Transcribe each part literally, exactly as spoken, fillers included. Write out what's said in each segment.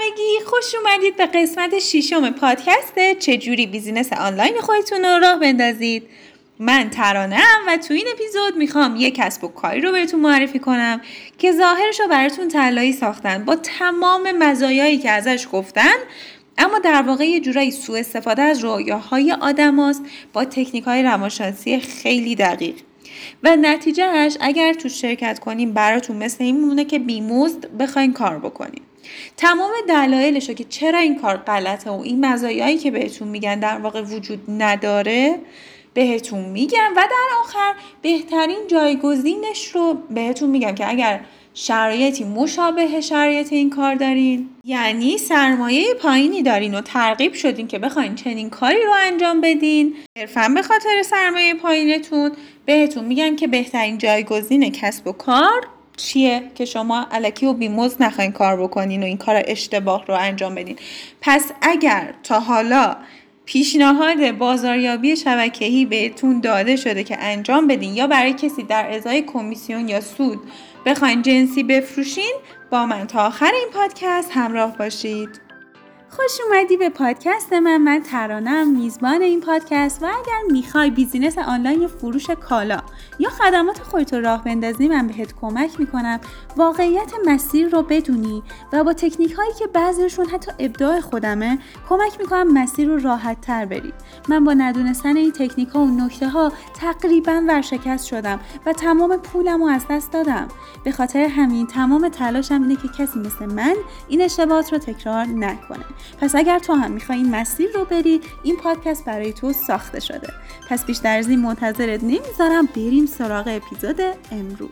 همگی، خوش اومدید به قسمت ششم پادکست چجوری بیزینس آنلاین خودتون رو راه بندازید. من ترانه‌ام و تو این اپیزود میخوام یک کسب و کاری رو بهتون معرفی کنم که ظاهرش رو براتون طلایی ساختن با تمام مزایایی که ازش گفتن، اما در واقع یه جورایی سوء استفاده از رویاهای آدم هاست با تکنیک‌های روانشناسی خیلی دقیق و نتیجهش اگر تو شرکت کنیم براتون مثل این میمونه که بیمزد بخواین کار بکنیم. تمام دلایلشو که چرا این کار غلطه و این مزایایی که بهتون میگن در واقع وجود نداره بهتون میگم و در آخر بهترین جایگزینش رو بهتون میگم که اگر شرایطی مشابه شرایط این کار دارین، یعنی سرمایه پایینی دارین و ترغیب شدین که بخواین چنین کاری رو انجام بدین صرفاً به خاطر سرمایه پایینتون، بهتون میگم که بهترین جایگزین کسب و کار چیه که شما الکی و بیمزد نخواین کار بکنین و این کار اشتباه رو انجام بدین. پس اگر تا حالا پیشنهاد بازاریابی شبکه‌ای بهتون داده شده که انجام بدین یا برای کسی در ازای کمیسیون یا سود بخواین جنسی بفروشین، با من تا آخر این پادکست همراه باشید. خوش اومدی به پادکست من. من ترانه‌ام، میزبان این پادکست و اگر میخوای بیزینس آنلاین فروش کالا یا خدمات خودت رو راه بندازی، من بهت کمک میکنم واقعیت مسیر رو بدونی و با تکنیک هایی که بعضیشون حتی ابداع خودمه کمک میکنم مسیر رو راحت تر بری. من با ندونستن این تکنیک ها و نکته ها تقریبا ورشکست شدم و تمام پولم رو از دست دادم. به خاطر همین تمام تلاشم اینه که کسی مثل من این اشتباهات رو تکرار نکنه. پس اگر تو هم میخوای این مسیر رو بری، این پادکست برای تو ساخته شده. پس بیشتر از این منتظرت نمیذارم، بریم سراغ اپیزود امروز.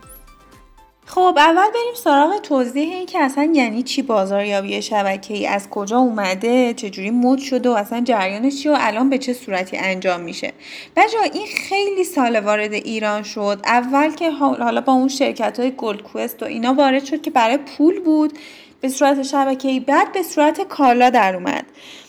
خب اول بریم سراغ توضیح این که اصلا یعنی چی بازاریابی شبکه‌ای، از کجا اومده، چجوری مد شده و اصلا جریانش چیه و الان به چه صورتی انجام میشه. بچه‌ها این خیلی سال وارد ایران شد. اول که حالا با اون شرکت‌های گلد کوست و اینا وارد شد که برای پول بود به صورت شبکه‌ای، بعد به صورت کالا در اومد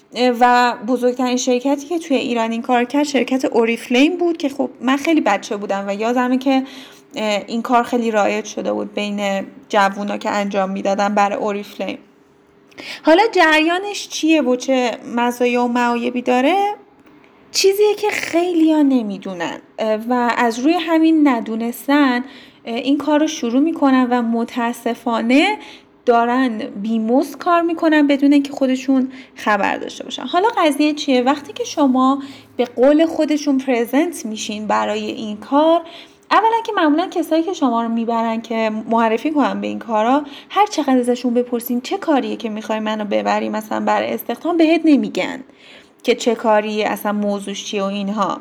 و بزرگترین شرکتی که توی ایران این کار کرد شرکت اوریفلیم بود که خب من خیلی بچه بودم و یادمه که این کار خیلی رایج شده بود بین جوونا که انجام میدادن برای اوریفلیم. حالا جریانش چیه و چه مزایا و معایبی داره؟ چیزیه که خیلی ها نمیدونن و از روی همین ندونستن این کار رو شروع میکنن و متاسفانه دارن بیمزد کار میکنن بدون اینکه خودشون خبر داشته باشن. حالا قضیه چیه؟ وقتی که شما به قول خودشون پرزنت میشین برای این کار، اولا که معمولا کسایی که شما رو میبرن که معرفی کنن به این کارا، هر چقدر ازشون بپرسین چه کاریه که میخوای منو ببری مثلا برای استخدام، بهت نمیگن که چه کاریه، اصلا موضوعش چیه و اینها.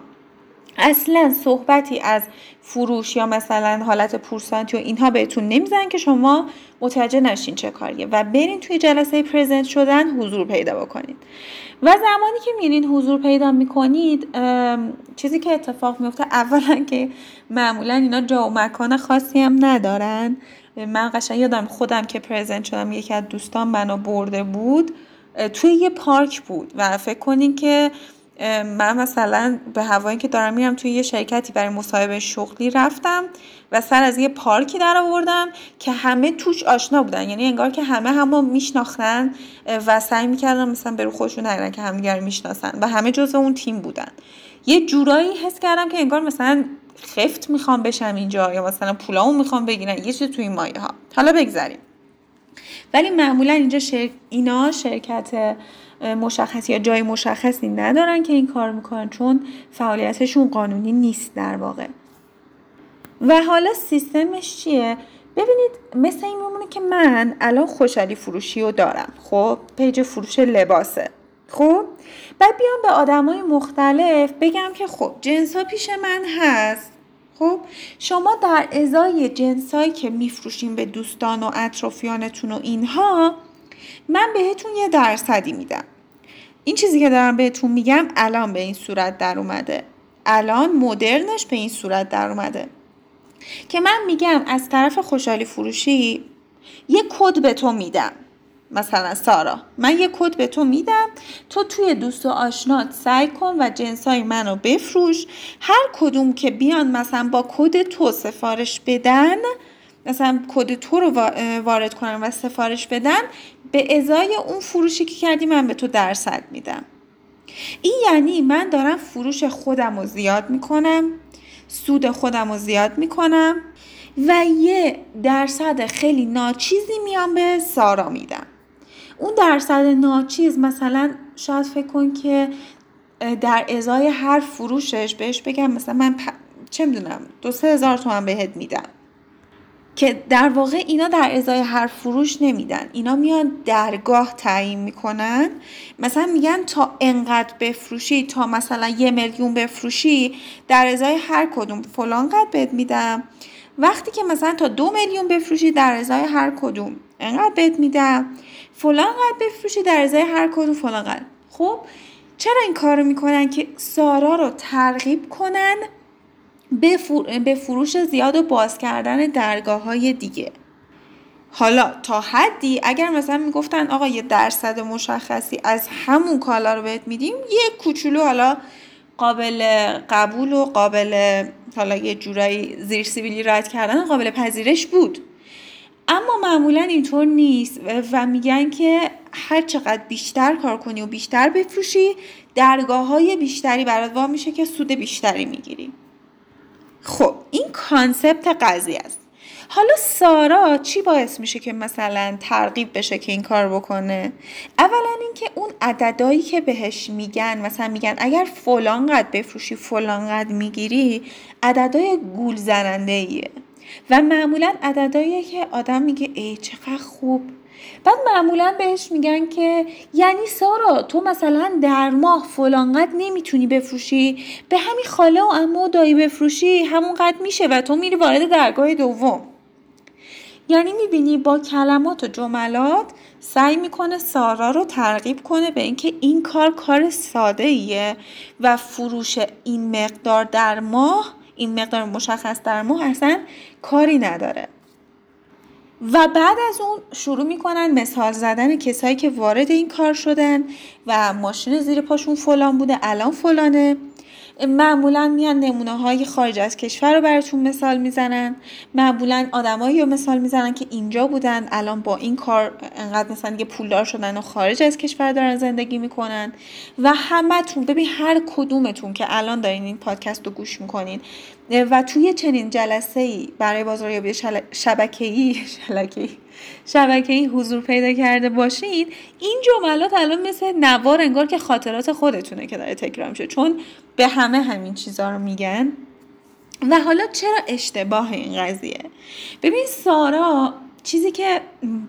اصلا صحبتی از فروش یا مثلا حالت پورسانتی و اینها بهتون نمیزنن که شما متوجه نشین چه کاریه و برین توی جلسه پرزنت شدن حضور پیدا بکنید. و زمانی که میرین حضور پیدا میکنید، چیزی که اتفاق میفته اولا که معمولا اینا جا و مکان خاصی هم ندارن. من قشنگ یادم خودم که پرزنت شدم، یکی از دوستان منو برده بود توی یه پارک بود و فکر کنین که من مثلا به هوایی که دارم میرم توی یه شرکتی برای مصاحبه شغلی رفتم و سر از یه پارکی در آوردم که همه توش آشنا بودن، یعنی انگار که همه همو میشناختن و سعی میکردن مثلا برو خودشون نگرن که همدیگر رو میشناسن و همه جزء اون تیم بودن. یه جورایی حس کردم که انگار مثلا خفت میخوام بشم اینجا یا مثلا پولامو میخوام بگیرن، یه چیز توی این مایه ها. حالا بگذاریم. ولی معمولا اینجا شر... اینا شرکت مشخص یا جای مشخصی ندارن که این کار میکنن، چون فعالیتشون قانونی نیست در واقع. و حالا سیستمش چیه؟ ببینید مثل این میمونه که من الان خوشحالی فروشی رو دارم، خب پیج فروش لباسه، خب بعد بیام به آدمای مختلف بگم که خب جنسا پیش من هست، خب شما در ازای جنسایی که میفروشین به دوستان و اطرافیانتون و اینها، من بهتون یه درصدی میدم. این چیزی که دارم بهتون میگم الان به این صورت در اومده، الان مدرنش به این صورت در اومده که من میگم از طرف خوشحالی فروشی یه کد به تو میدم، مثلا سارا من یه کد به تو میدم، تو توی دوست و آشنات سعی کن و جنسای منو بفروش، هر کدوم که بیان مثلا با کد تو سفارش بدن مثلا کد تو رو وارد کنن و سفارش بدن، به ازای اون فروشی که کردی من به تو درصد میدم. این یعنی من دارم فروش خودم رو زیاد میکنم، سود خودم رو زیاد میکنم و یه درصد خیلی ناچیزی میام به سارا میدم. اون درصد ناچیز مثلا شاید فکر کن که در ازای هر فروشش بهش بگم مثلا من پ... چه میدونم دو سه هزار تومن بهت میدم، که در واقع اینا در ازای هر فروش نمیدن، اینا میان درگاه تعیین میکنن، مثلا میگن تا انقدر بفروشی، تا مثلا یه میلیون بفروشی در ازای هر کدوم فلان قدر بهت میدم، وقتی که مثلا تا دو میلیون بفروشی در ازای هر کدوم انقدر بهت میدم، فلان قدر بفروشی در ازای هر کدوم فلان قدر. خب چرا این کارو میکنن؟ که سارا رو ترغیب کنن به فروش زیاد و باز کردن درگاه های دیگه. حالا تا حدی اگر مثلا میگفتن آقا یه درصد مشخصی از همون کالا رو بهت میدیم، یه کوچولو حالا قابل قبول و قابل حالا یه جورایی زیر سیبیلی رد کردن قابل پذیرش بود. اما معمولا اینطور نیست و میگن که هر چقدر بیشتر کار کنی و بیشتر بفروشی، درگاه های بیشتری برات وا میشه که سود بیشتری میگیری. خب این کانسپت قضیه است. حالا سارا چی باعث میشه که مثلا ترغیب بشه که این کار بکنه؟ اولا اینکه اون عددایی که بهش میگن، مثلا میگن اگر فلان قد بفروشی فلان قد میگیری، عددای گول زننده ایه و معمولا عدداییه که آدم میگه ای چقدر خوب. بعد معمولا بهش میگن که یعنی سارا تو مثلا در ماه فلان قد نمیتونی بفروشی، به همین خاله و عمو و دایی بفروشی همون قد میشه و تو میری وارد درگاه دوم. یعنی میبینی با کلمات و جملات سعی میکنه سارا رو ترغیب کنه به اینکه این کار کار ساده ایه و فروش این مقدار در ماه، این مقدار مشخص در ماه اصلا کاری نداره. و بعد از اون شروع میکنن مثال زدن کسایی که وارد این کار شدن و ماشین زیر پاشون فلان بوده الان فلانه. معمولا میان نمونه های خارج از کشور رو براتون مثال میزنن، معمولا آدمایی رو مثال میزنن که اینجا بودن الان با این کار انقدر مثلا دیگه پولدار شدن و خارج از کشور دارن زندگی میکنن. و همتون ببین هر کدومتون که الان دارین این پادکست رو گوش میکنین و توی چنین جلسه‌ای برای بازاریابی شل... شبکه‌ای شبکه‌ای شبکه‌ای حضور پیدا کرده باشین، این جملات الان مثل نوار انگار که خاطرات خودتونه که داره تکرار میشه، چون به همه همین چیزا رو میگن. و حالا چرا اشتباه این قضیه؟ ببین سارا چیزی که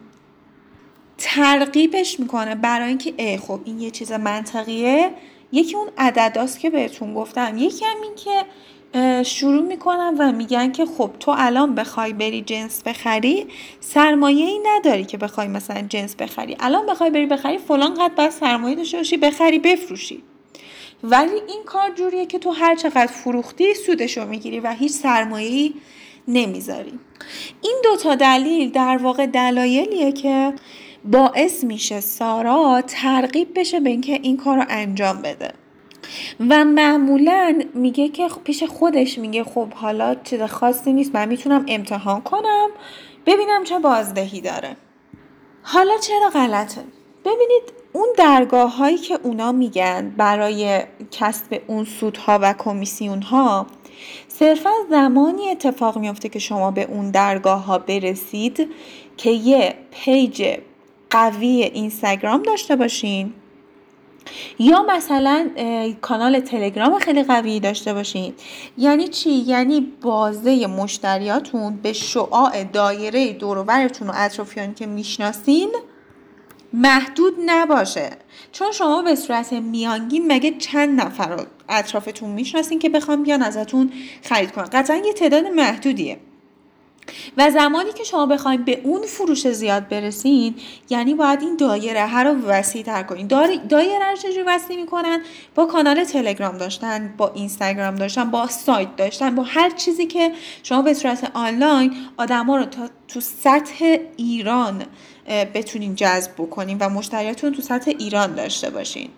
ترغیبش میکنه برای اینکه ای خب این یه چیز منطقیه، یکی اون عدداست که بهتون گفتم، یکی هم این که شروع میکنن و میگن که خب تو الان بخوای بری جنس بخری سرمایه‌ای نداری که بخوای مثلا جنس بخری، الان بخوای بری بخری فلان قد باید سرمایه داشته باشی بخری بفروشی، ولی این کار جوریه که تو هر چقدر فروختی سودشو میگیری و هیچ سرمایه‌ای نمیذاری. این دوتا دلیل در واقع دلایلیه که باعث میشه سارا ترغیب بشه به اینکه این کار رو انجام بده و معمولا میگه که پیش خودش میگه خب حالا چیز خاصی نیست، من میتونم امتحان کنم ببینم چه بازدهی داره. حالا چرا غلطه؟ ببینید اون درگاه هایی که اونا میگن برای کسب اون سودها و کمیسیون ها صرفا زمانی اتفاق میفته که شما به اون درگاه ها برسید که یه پیج قوی اینستاگرام داشته باشین یا مثلا کانال تلگرام خیلی قوی داشته باشین. یعنی چی؟ یعنی بازه مشتریاتون به شعاع دایره دور و برتون و اطرافیانی که میشناسین محدود نباشه، چون شما به صورت میانگین مگه چند نفر رو اطرافتون میشناسین که بخوام بیان ازتون خرید کنن؟ قطعا یه تعداد محدودیه و زمانی که شما بخواید به اون فروش زیاد برسین یعنی باید این دایره ها رو وسیع تر کنین. دایره رو چجوری وسیع میکنن؟ با کانال تلگرام داشتن، با اینستاگرام داشتن، با سایت داشتن، با هر چیزی که شما به صورت آنلاین آدما رو تا تو سطح ایران بتونین جذب بکنین و مشتریاتون تو سطح ایران داشته باشین.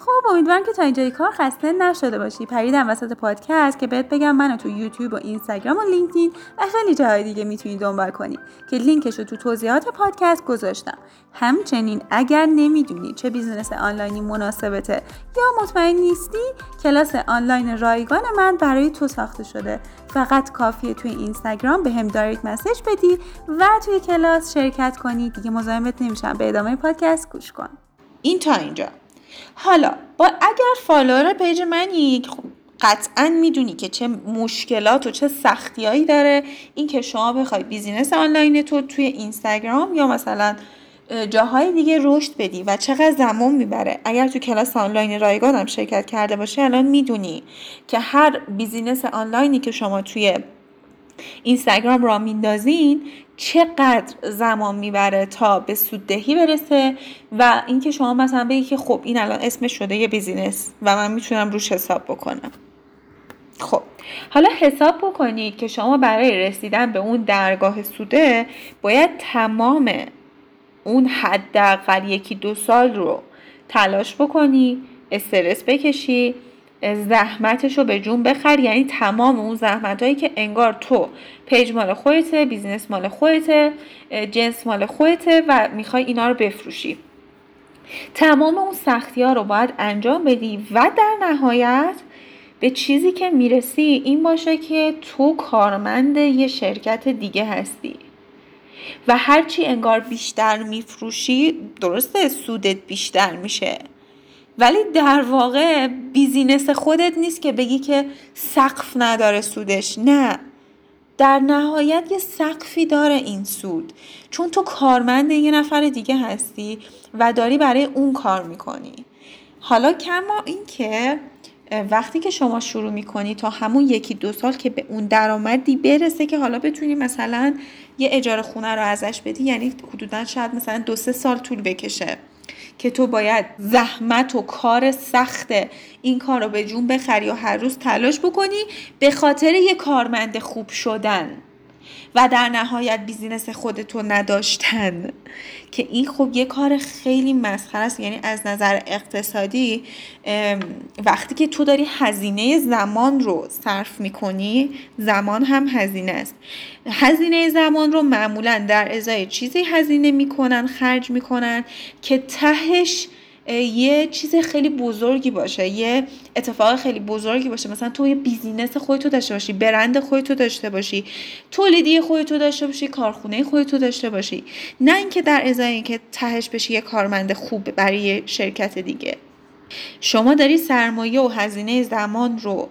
خب امیدوارم که تا اینجای کار خسته نشده باشی. پریدم وسط پادکست که بهت بگم منو تو یوتیوب و اینستاگرام و لینکدین و خیلی جاهای دیگه میتونی دنبال کنی که لینکشو تو توضیحات پادکست گذاشتم. همچنین اگر نمیدونی چه بیزینس آنلاینی مناسبته یا مطمئن نیستی، کلاس آنلاین رایگان من برای تو ساخته شده. فقط کافیه توی اینستاگرام بهم دایرکت مسیج بدی و توی کلاس شرکت کنی. دیگه مزاحمت نمیشم. به ادامه پادکست گوش کن. این تا اینجا. حالا با اگر فالوور پیج منی قطعا میدونی که چه مشکلات و چه سختیایی داره این که شما بخوای بیزینس آنلاین تو توی اینستاگرام یا مثلا جاهای دیگه رشد بدی و چقدر زمان میبره. اگر تو کلاس آنلاین رایگان هم شرکت کرده باشی الان میدونی که هر بیزینس آنلاینی که شما توی اینستاگرام را میندازین چقدر زمان میبره تا به سوددهی برسه و اینکه شما مثلا بگی که خب این الان اسمش شده یه بیزینس و من میتونم روش حساب بکنم. خب حالا حساب بکنید که شما برای رسیدن به اون درگاه سوده باید تمام اون حداقل یکی دو سال رو تلاش بکنی، استرس بکشی، زحمتش رو به جون بخر. یعنی تمام اون زحمت هایی که انگار تو پیج مال خودته، بیزینس مال خودته، جنس مال خودته و میخوای اینا رو بفروشی، تمام اون سختی ها رو باید انجام بدی و در نهایت به چیزی که میرسی این باشه که تو کارمند یه شرکت دیگه هستی و هرچی انگار بیشتر میفروشی درسته سودت بیشتر میشه، ولی در واقع بیزینس خودت نیست که بگی که سقف نداره سودش. نه، در نهایت یه سقفی داره این سود، چون تو کارمند یه نفر دیگه هستی و داری برای اون کار میکنی. حالا کما این که وقتی که شما شروع میکنی تا همون یکی دو سال که به اون درآمدی برسه که حالا بتونی مثلا یه اجاره خونه رو ازش بدی، یعنی حدودا شاید مثلا دو سه سال طول بکشه که تو باید زحمت و کار سخت این کار رو به جون بخری و هر روز تلاش بکنی به خاطر یه کارمند خوب شدن و در نهایت بیزینس خودتو نداشتن، که این خب یه کار خیلی مسخره است. یعنی از نظر اقتصادی وقتی که تو داری هزینه زمان رو صرف میکنی، زمان هم هزینه است. هزینه زمان رو معمولا در ازای چیزی هزینه میکنن، خرج میکنن که تهش یه چیز خیلی بزرگی باشه، یه اتفاق خیلی بزرگی باشه. مثلا تو یه بیزینس خودتو داشته باشی، برند خودتو داشته باشی، تولیدی خودتو داشته باشی، کارخونه خودتو داشته باشی، نه اینکه در ازای اینکه تهش بشی یه کارمند خوب برای شرکت دیگه. شما داری سرمایه و هزینه زمان رو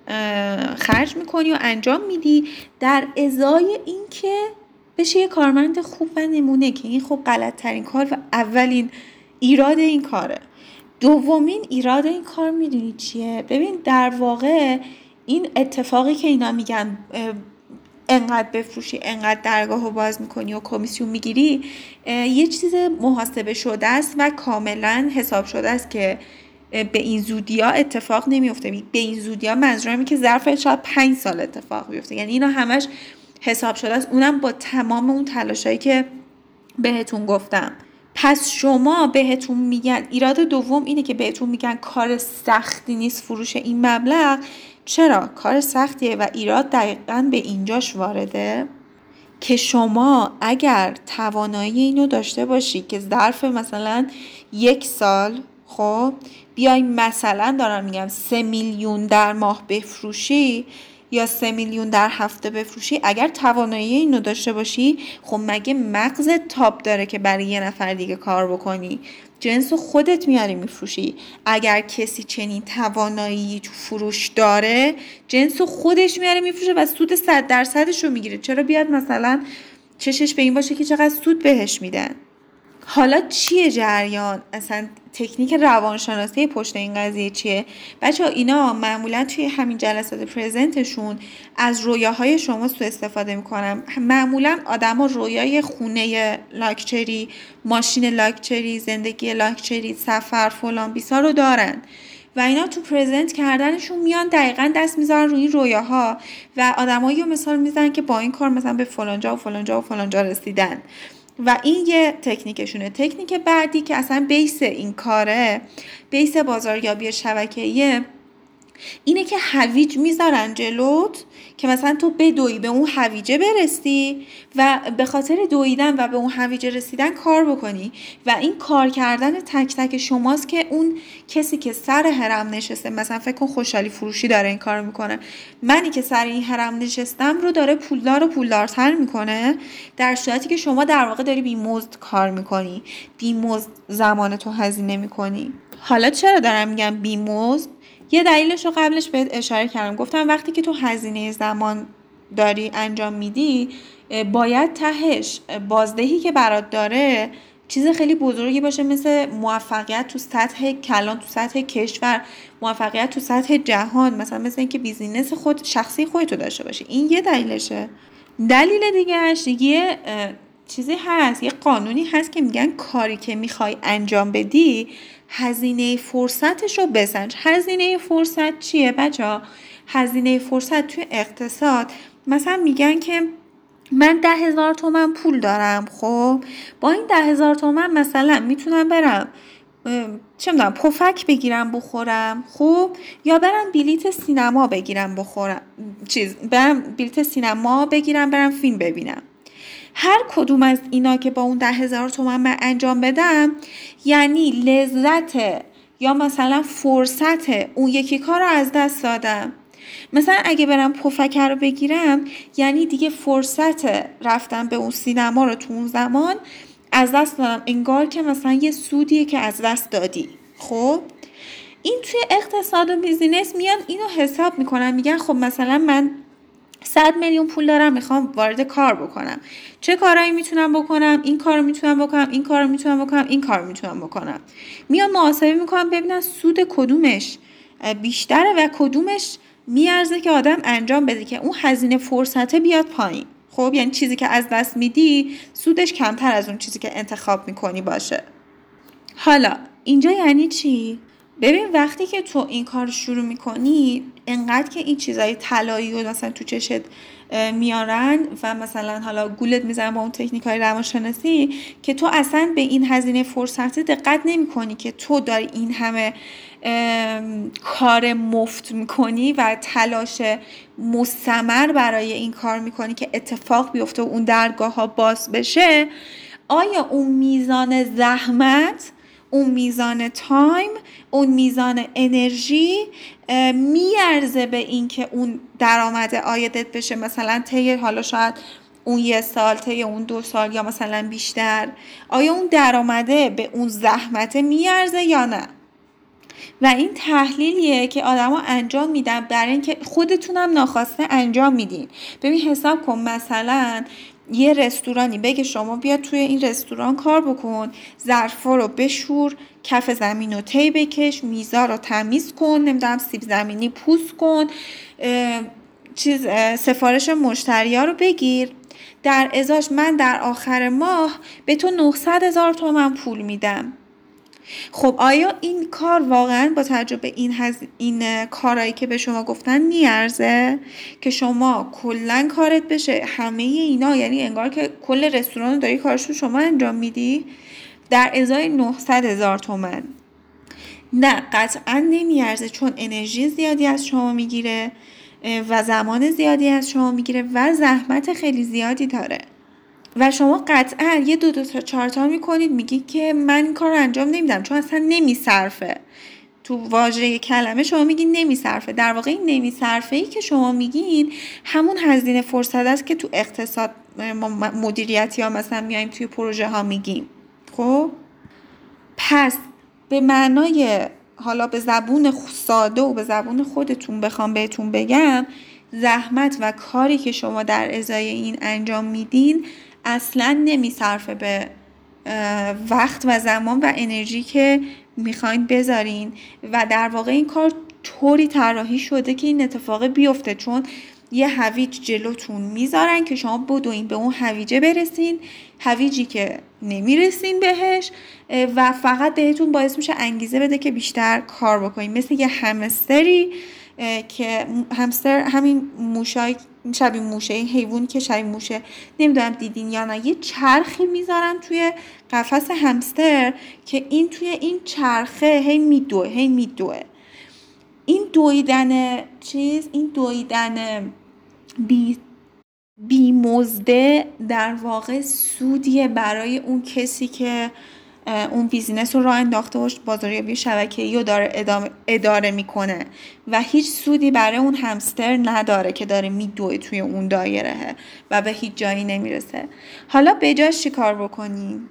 خرج میکنی و انجام میدی در ازای اینکه بشی یه کارمند خوب و نمونه، که این خب غلط ترین کار و اولین ایراد این کاره. دومین ایراد این کار میدونی چیه؟ ببین در واقع این اتفاقی که اینا میگن انقدر بفروشی، انقدر درگاهو باز میکنی و کمیسیون میگیری، یه چیز محاسبه شده است و کاملا حساب شده است که به این زودی ها اتفاق نمیفته. به این زودی ها منظورم که ظرف شاید پنج سال اتفاق بیفته. یعنی اینا همش حساب شده است، اونم با تمام اون تلاشایی که بهتون گفتم. پس شما بهتون میگن ایراد دوم اینه که بهتون میگن کار سختی نیست فروش این مبلغ. چرا؟ کار سختیه و ایراد دقیقاً به اینجاش وارده که شما اگر توانایی اینو داشته باشی که ظرف مثلا یک سال خب بیای مثلا دارم میگم سه میلیون در ماه بفروشی یا سه میلیون در هفته بفروشی، اگر توانایی اینو داشته باشی، خب مگه مغز تاپ داره که برای یه نفر دیگه کار بکنی؟ جنسو خودت میاری میفروشی. اگر کسی چنین توانایی تو فروش داره، جنسو خودش میاره میفروشه و سود صد درصدش رو میگیره. چرا بیاد مثلا چشش به این باشه که چقدر سود بهش میدن؟ حالا چیه جریان؟ اصلا تکنیک روانشناسی پشت این قضیه چیه؟ بچه‌ها اینا معمولا توی همین جلسات پرزنتشون از رویاهای شما سوء استفاده میکنن. معمولا آدما رویای خونه لاکچری، ماشین لاکچری، زندگی لاکچری، سفر فلان بیسا رو دارن و اینا تو پرزنت کردنشون میان دقیقاً دست میذارن روی این رویاها و آدمایی رو مثال میزنن که با این کار مثلا به فلانجا و فلانجا و فلانجا رسیدن. و این یه تکنیکشونه. تکنیک بعدی که اصلا بیس این کاره، بیس بازاریابی شبکه‌ایه، اینه که هویج میذارن جلوت که مثلا تو بدوی به اون هویجه برسی و به خاطر دویدن و به اون هویجه رسیدن کار بکنی و این کار کردن تک تک شماست که اون کسی که سر هرم نشسته، مثلا فکر کن خوشحالی فروشی داره این کار میکنه، منی که سر این هرم نشستم رو داره پولدار و پولدارتر میکنه، در صورتی که شما در واقع داری بیمزد کار میکنی، بیمزد زمان تو هزینه میکنی. حالا چرا دارم میگم بیمزد؟ یه دلیلش رو قبلش بهت اشاره کردم، گفتم وقتی که تو هزینه زمان داری انجام میدی باید تهش بازدهی که برات داره چیز خیلی بزرگی باشه، مثل موفقیت تو سطح کلان، تو سطح کشور، موفقیت تو سطح جهان، مثلا مثل اینکه بیزینس خود شخصی خودتو داشته باشی. این یه دلیلشه. دلیل دیگه‌اش یه چیزی هست، یه قانونی هست که میگن کاری که میخوای انجام بدی هزینه فرصتشو بسنج. هزینه فرصت چیه بچه‌ها؟ هزینه فرصت توی اقتصاد مثلا میگن که من ده هزار تومن پول دارم، خب با این ده هزار تومن مثلا میتونم برم چه میدونم پفک بگیرم بخورم، خب یا برم بلیت سینما بگیرم بخورم، چیز برم بلیت سینما بگیرم برم فیلم ببینم. هر کدوم از اینا که با اون ده هزار تومن من انجام بدم یعنی لذت یا مثلا فرصت اون یکی کار رو از دست دادم. مثلا اگه برم پفک رو بگیرم یعنی دیگه فرصت رفتم به اون سینما رو تو اون زمان از دست دادم، انگار که مثلا یه سودیه که از دست دادی. خب این توی اقتصاد و بیزینس میان اینو حساب میکنن، میگن خب مثلا من صد میلیون پول دارم میخوام وارد کار بکنم، چه کارهایی میتونم بکنم؟ این کارو میتونم بکنم، این کارو میتونم بکنم، این کارو میتونم بکنم. میان محاسبه میکنم ببینن سود کدومش بیشتره و کدومش میارزه که آدم انجام بده که اون هزینه فرصته بیاد پایین. خب یعنی چیزی که از دست میدی سودش کمتر از اون چیزی که انتخاب میکنی باشه. حالا اینجا یعنی چی؟ ببین وقتی که تو این کار شروع میکنی انقدر که این چیزای طلایی و مثلا تو چشت میارن و مثلا حالا گولت میزنن با اون تکنیکای روانشناسی که تو اصلا به این هزینه فرصت دقت نمی کنی که تو داری این همه کار مفت میکنی و تلاش مستمر برای این کار میکنی که اتفاق بیفته و اون درگاه ها باز بشه. آیا اون میزان زحمت، اون میزان تایم، اون میزان انرژی میارزه به این که اون درآمد عایدت بشه مثلا طی حالا شاید اون یه سال، طی اون دو سال یا مثلا بیشتر؟ آیا اون درآمده به اون زحمت میارزه یا نه؟ و این تحلیلیه که آدما انجام میدن برای اینکه خودتونم ناخواسته انجام میدین. ببین حساب کن مثلا یه رستورانی بگه شما بیا توی این رستوران کار بکن، ظرفا رو بشور، کف زمین رو تی بکش، میزا رو تمیز کن، نمیدونم سیب زمینی پوست کن، چیز سفارش مشتریا رو بگیر، در ازاش من در آخر ماه به تو نهصد هزار تومان پول میدم. خب آیا این کار واقعا با توجه به این هز... این کارهایی که به شما گفتن میارزه که شما کلا کارت بشه همه اینا؟ یعنی انگار که کل رستوران رو داری کارش رو شما انجام میدی در ازای نهصد هزار تومان. نه قطعا نمیارزه، چون انرژی زیادی از شما میگیره و زمان زیادی از شما میگیره و زحمت خیلی زیادی داره و شما قطعا یه دو دو تا چهار تا میکنید میگید که من این کار رو انجام نمیدم چون اصلا نمیصرفه. تو واژه کلمه شما میگین نمیصرفه، در واقع این نمیصرفه‌ای که شما میگین همون هزینه فرصت است که تو اقتصاد مدیریتی ها مثلا میایم توی پروژه ها میگیم. خب پس به معنای حالا به زبون ساده و به زبون خودتون بخوام بهتون بگم، زحمت و کاری که شما در ازای این انجام میدین اصلا نمیصرفه به وقت و زمان و انرژی که میخواین بذارین و در واقع این کار طوری طراحی شده که این اتفاق بیفته، چون یه هویج جلوتون میذارن که شما بدوین به اون هویجه برسین، هویجی که نمیرسین بهش و فقط بهتون باعث میشه انگیزه بده که بیشتر کار بکنین، مثل یه همستری که همستر همین موشای شبیه موشه، این حیوان که شبیه موشه، نمیدونم دیدین یا نه، یه چرخی میذارن توی قفس همستر که این توی این چرخه هی میدوه هی میدوه این دویدن چیز این دویدن بی بی مزده در واقع سودیه برای اون کسی که اون بیزینس رو راه انداخته و بازاریابی شبکه‌ای رو داره ادامه اداره میکنه و هیچ سودی برای اون همستر نداره که داره میدوه توی اون دایره و به هیچ جایی نمیرسه. حالا به جاش چی کار بکنیم؟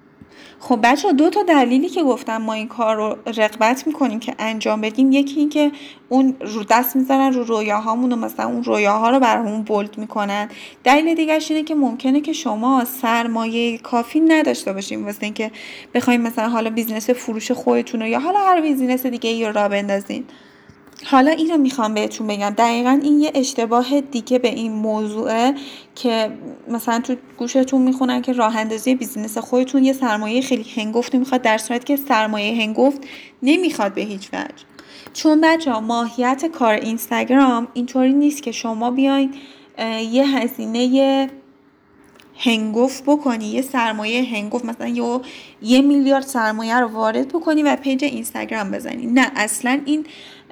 خب بچه دو تا دلیلی که گفتم ما این کار رو رغبت میکنیم که انجام بدیم، یکی این که اون رو دست میذارن رو رویاهامون و مثلا اون رویاها رو برامون بولد میکنن. دلیل دیگه‌اش اینه که ممکنه که شما سرمایه کافی نداشته باشیم واسه اینکه بخوایم مثلا حالا بیزینس فروش خودتون رو یا حالا هر بیزینس دیگه ای رو راه بندازین. حالا اینو میخوام بهتون بگم، دقیقاً این یه اشتباه دیگه به این موضوعه که مثلا تو گوشتون میخونن که راه اندازی بیزینس خودتون یه سرمایه خیلی هنگفتی میخواد، در صورتی که سرمایه هنگفت نمیخواد به هیچ وجه. چون بچه‌ها ماهیت کار اینستاگرام اینطوری نیست که شما بیاین یه هزینه هنگفت بکنی، یه سرمایه هنگفت مثلا یه یه میلیارد سرمایه رو وارد بکنی و پیج اینستاگرام بزنی. نه، اصلا این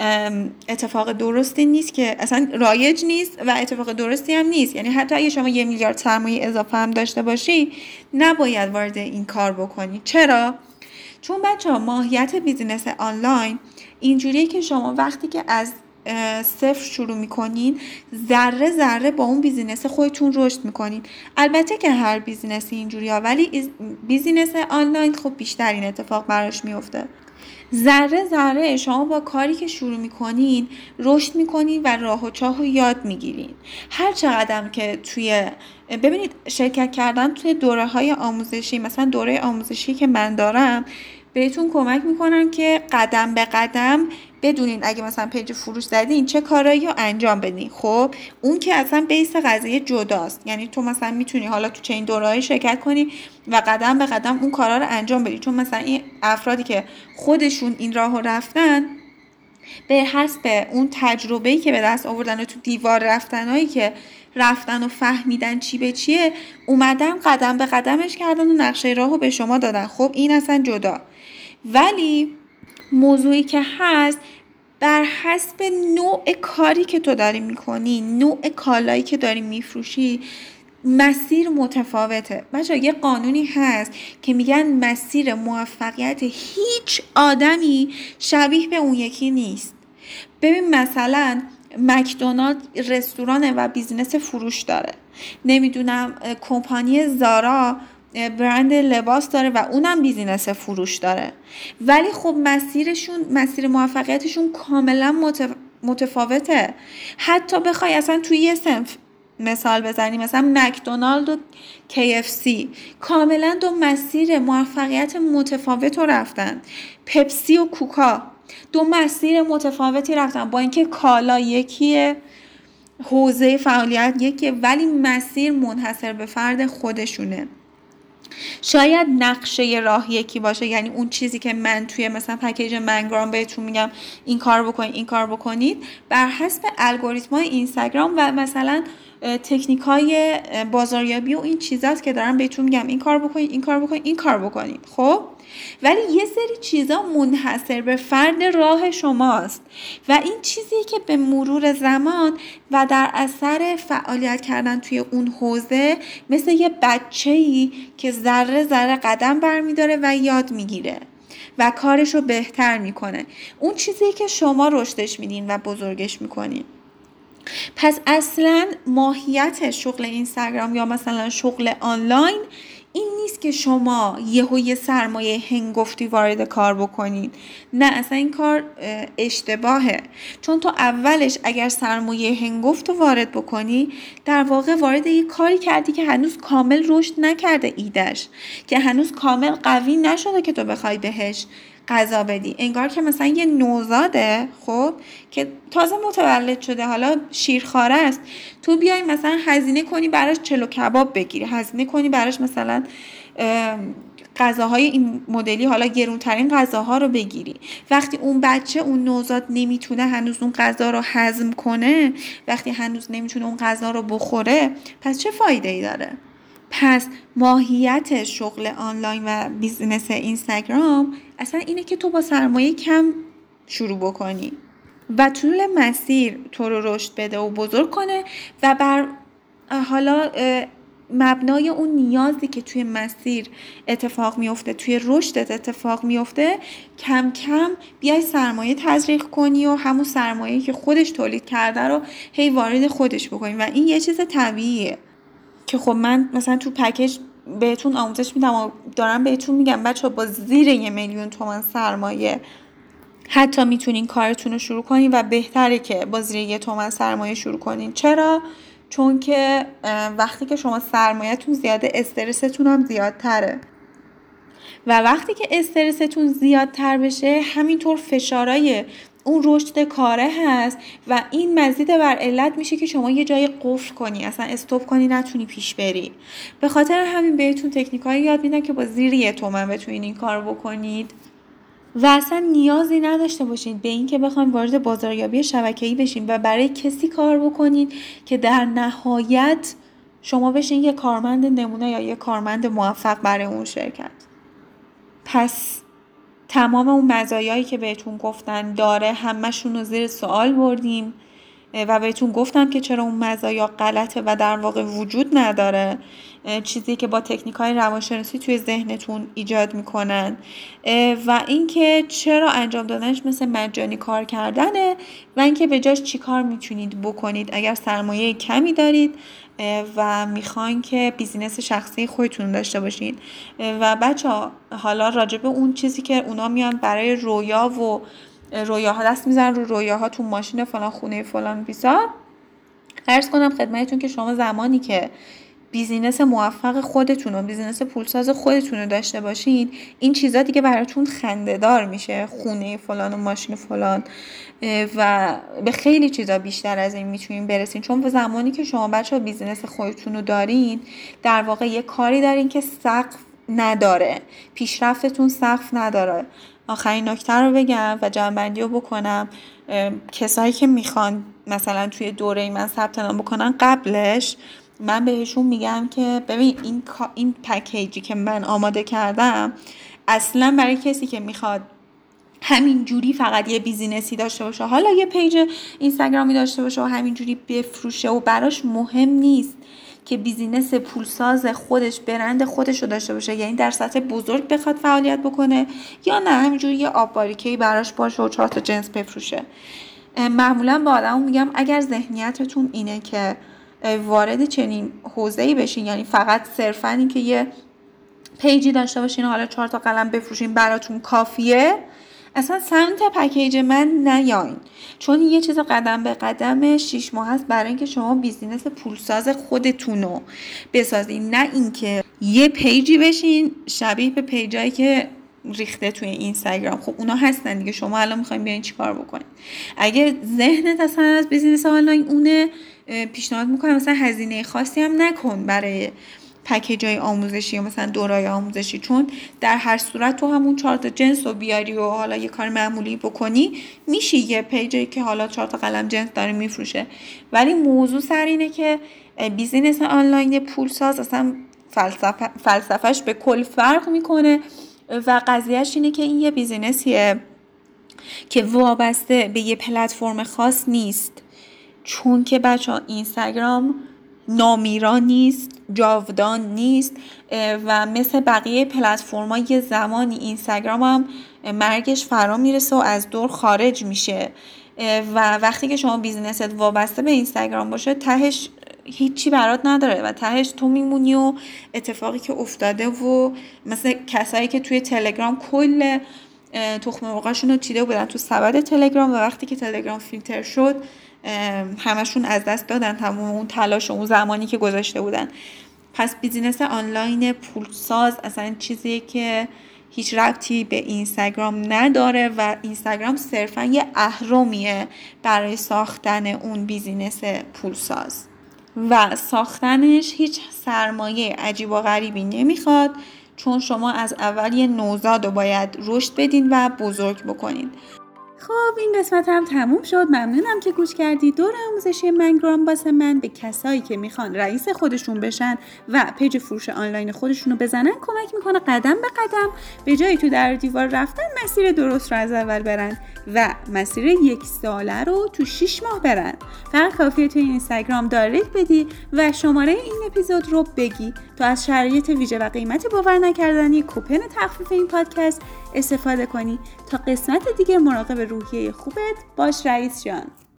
اتفاق درستی نیست، که اصلا رایج نیست و اتفاق درستی هم نیست. یعنی حتی اگه شما یه میلیارد سرمایه اضافه هم داشته باشی نباید وارد این کار بکنی. چرا؟ چون بچه‌ها ماهیت بیزینس آنلاین اینجوریه که شما وقتی که از صفر شروع میکنین ذره ذره با اون بیزینس خودتون رشد میکنین. البته که هر بیزینسی اینجوری ها، ولی بیزینس آنلاین خب بیشتر این اتفاق براش میفته. ذره ذره شما با کاری که شروع میکنین رشد میکنین و راه و چاه رو یاد میگیرین. هر چقدر که توی ببینید شرکت کردن توی دوره های آموزشی، مثلا دوره آموزشی که من دارم، بهتون کمک میکنن که قدم به قدم بدونین اگه مثلا پیج فروش زدین چه کارایی رو انجام بدین. خب اون که اصلا بیس قضیه جداست، یعنی تو مثلا میتونی حالا تو چه این دوره‌ای شرکت کنی و قدم به قدم اون کارا رو انجام بدی. چون مثلا این افرادی که خودشون این راهو رفتن به حسب اون تجربه‌ای که به دست آوردن و تو دیوار رفتنایی که رفتن و فهمیدن چی به چیه، اومدن قدم به قدمش کردن و نقشه راهو به شما دادن. خب این اصلا جدا. ولی موضوعی که هست بر حسب نوع کاری که تو داری میکنی، نوع کالایی که داری میفروشی، مسیر متفاوته. بچه یه قانونی هست که میگن مسیر موفقیت هیچ آدمی شبیه به اون یکی نیست. ببین مثلا مکدونالد رستورانه و بیزینس فروش داره، نمیدونم کمپانی زارا برند لباس داره و اونم بیزینس فروش داره، ولی خب مسیرشون مسیر موفقیتشون کاملا متفاوته. حتی بخوای اصلا توی یه صنف مثال بزنی، مثلا مکدونالد و کی اف سی کاملا دو مسیر موفقیت متفاوت رو رفتن. پپسی و کوکا دو مسیر متفاوتی رفتن، با اینکه کالا یکیه، حوزه فعالیت یکیه، ولی مسیر منحصر به فرد خودشونه. شاید نقشه راه یکی باشه، یعنی اون چیزی که من توی مثلا پکیج منگرام بهتون میگم این کار بکنید این کار بکنید، بر حسب الگوریتم‌های اینستاگرام و مثلا تکنیک‌های بازاریابی و این چیزاست که دارم بهتون میگم این کار بکنید این کار بکنید این کار بکنید. خب ولی یه سری چیزا منحصر به فرد راه شماست و این چیزی که به مرور زمان و در اثر فعالیت کردن توی اون حوزه مثل یه بچه‌ای که ذره ذره قدم برمی‌داره و یاد میگیره و کارشو بهتر میکنه، اون چیزی که شما رشدش میدین و بزرگش میکنین. پس اصلا ماهیت شغل اینستاگرام یا مثلا شغل آنلاین این نیست که شما یهو یه سرمایه هنگفتی وارد کار بکنید. نه، اصلا این کار اشتباهه. چون تو اولش اگر سرمایه هنگفت رو وارد بکنی، در واقع وارد یه کاری کردی که هنوز کامل رشد نکرده ایدش، که هنوز کامل قوی نشده که تو بخوای بهش غذا بدی. انگار که مثلا یه نوزاده خب که تازه متولد شده، حالا شیرخواره است، تو بیای مثلا هزینه کنی براش چلو کباب بگیری، هزینه کنی براش مثلا غذاهای این مدلی، حالا گرونترین غذاها رو بگیری. وقتی اون بچه اون نوزاد نمیتونه هنوز اون غذا رو هضم کنه، وقتی هنوز نمیتونه اون غذا رو بخوره، پس چه فایده ای داره؟ پس ماهیت شغل آنلاین و بیزینس اینستاگرام اصلا اینه که تو با سرمایه کم شروع بکنی و طول مسیر تو رو رشد بده و بزرگ کنه و بر حالا مبنای اون نیازی که توی مسیر اتفاق میفته، توی رشدت اتفاق میفته، کم کم بیای سرمایه تزریق کنی و همون سرمایه‌ای که خودش تولید کرده رو هی وارد خودش بکنی و این یه چیز طبیعیه که خب من مثلا تو پکیج بهتون آموزش میدم و دارم بهتون میگم بچه با زیر یه میلیون تومان سرمایه حتی میتونین کارتون رو شروع کنین و بهتره که با زیر یه تومن سرمایه شروع کنین. چرا؟ چون که وقتی که شما سرمایه‌تون زیاده استرستون هم زیادتره و وقتی که استرستون زیادتر بشه همینطور فشارای اون رشد کاره هست و این مزید بر علت میشه که شما یه جای قفل کنی، اصلا استوب کنی، نتونی پیش بری. به خاطر همین بهتون تکنیکایی یاد میدن که با زیر یه تومن بتونین این کار بکنید و اصلا نیازی نداشته باشین به این که بخواین وارد بازاریابی شبکه‌ای بشین و برای کسی کار بکنین که در نهایت شما بشین یه کارمند نمونه یا یه کارمند موفق برای اون شرکت. پس تمام اون مزایایی که بهتون گفتن داره همشون رو زیر سوال بردیم و بهتون گفتم که چرا اون مزایا غلطه و در واقع وجود نداره، چیزی که با تکنیک‌های روانشناسی توی ذهنتون ایجاد میکنن و اینکه چرا انجام دادنش مثل مجانی کار کردنه و اینکه به جاش چی کار میتونید بکنید اگر سرمایه کمی دارید و میخواین که بیزینس شخصی خودتون داشته باشین. و بچه ها حالا راجب اون چیزی که اونا میان برای رویا و رویاها دست میزنن رو رویاها تو ماشین فلان خونه فلان بیزار، عرض کنم خدمتتون که شما زمانی که بیزینس موفق خودتون و بیزینس پولساز خودتون رو داشته باشین این چیزا دیگه براتون خنده‌دار میشه، خونه فلان و ماشین فلان و به خیلی چیزا بیشتر از این میتونین برسین. چون به زمانی که شما بچه‌ها بیزینس خودتون رو دارین در واقع یه کاری دارین که سقف نداره، پیشرفتتون سقف نداره. آخرین نکته رو بگم و جمع‌بندی رو بکنم، کسایی که میخوان مثلا توی دوره من ثبت نام بکنن قبلش من بهشون میگم که ببین این این پکیجی که من آماده کردم اصلا برای کسی که میخواد همین جوری فقط یه بیزینسی داشته باشه، حالا یه پیج اینستاگرامی داشته باشه و همین جوری بفروشه و براش مهم نیست که بیزینس پولساز خودش برند خودش رو داشته باشه، یعنی در سطح بزرگ بخواد فعالیت بکنه یا نه همینجوری یه آب باریکه‌ای براش باشه و چهار تا جنس بفروشه. معمولا با آدمو میگم اگر ذهنیتتون اینه که وارد چنین حوزه‌ای بشین، یعنی فقط صرفاً این که یه پیجی داشته باشین حالا چهار تا قلم بفروشین براتون کافیه، اصلا سمت پکیج من نیاین، چون یه چیز قدم به قدم شیش ماه هست برای اینکه شما بیزینس پولساز خودتونو بسازین، نه اینکه یه پیجی بشین شبیه به پیجایی که ریخته توی اینستاگرام. خب اونا هستن دیگه، شما الان میخواین بیاین چیکار بکنین؟ اگه ذهنت اصلا از بیزینس آنلاین اونه، پیشنهاد میکنم مثلا هزینه خاصی هم نکن برای پکیجای آموزشی یا مثلا دورای آموزشی، چون در هر صورت تو همون چهار تا جنس رو بیاری و حالا یه کار معمولی بکنی میشه یه پیجی که حالا چهار تا قلم جنس داره میفروشه. ولی موضوع سر اینه که بیزینس آنلاین پولساز اصلا فلسفه فلسفهش به کل فرق میکنه و قضیهش اینه که این یه بیزینسیه که وابسته به یه پلتفرم خاص نیست، چون که بچه‌ها اینستاگرام نامیران نیست، جاودان نیست و مثل بقیه پلتفرم‌ها یه زمانی اینستاگرام هم مرگش فرا میرسه و از دور خارج میشه و وقتی که شما بیزینست وابسته به اینستاگرام باشه تهش هیچی برات نداره و تهش تو میمونی و اتفاقی که افتاده و مثل کسایی که توی تلگرام کل تخم مرغاشون رو چیده بودن تو سبد تلگرام و وقتی که تلگرام فیلتر شد همشون از دست دادن تمام اون تلاش و اون زمانی که گذاشته بودن. پس بیزینس آنلاین پولساز اصلا چیزیه که هیچ ربطی به اینستاگرام نداره و اینستاگرام صرفا یه اهرمیه برای ساختن اون بیزینس پولساز و ساختنش هیچ سرمایه عجیب و غریبی نمیخواد، چون شما از اول یه نوزاد رو باید رشد بدین و بزرگ بکنین. خب این قسمت هم تموم شد. ممنونم که گوش کردی. دور آموزشی منگرام واسه من به کسایی که میخوان رئیس خودشون بشن و پیج فروش آنلاین خودشونو بزنن کمک میکنه قدم به قدم به جای تو در دیوار رفتن مسیر درست رو از اول برن و مسیر یک ساله رو تو شش ماه برن. فقط کافیه توی اینستاگرام دایرکت بدی و شماره این اپیزود رو بگی تا از شرایط ویژه و قیمت باور نکردنی کوپن تخفیف این پادکست استفاده کنی. تا قسمت دیگه مراقب روحیه خوبت باش رئیس جان.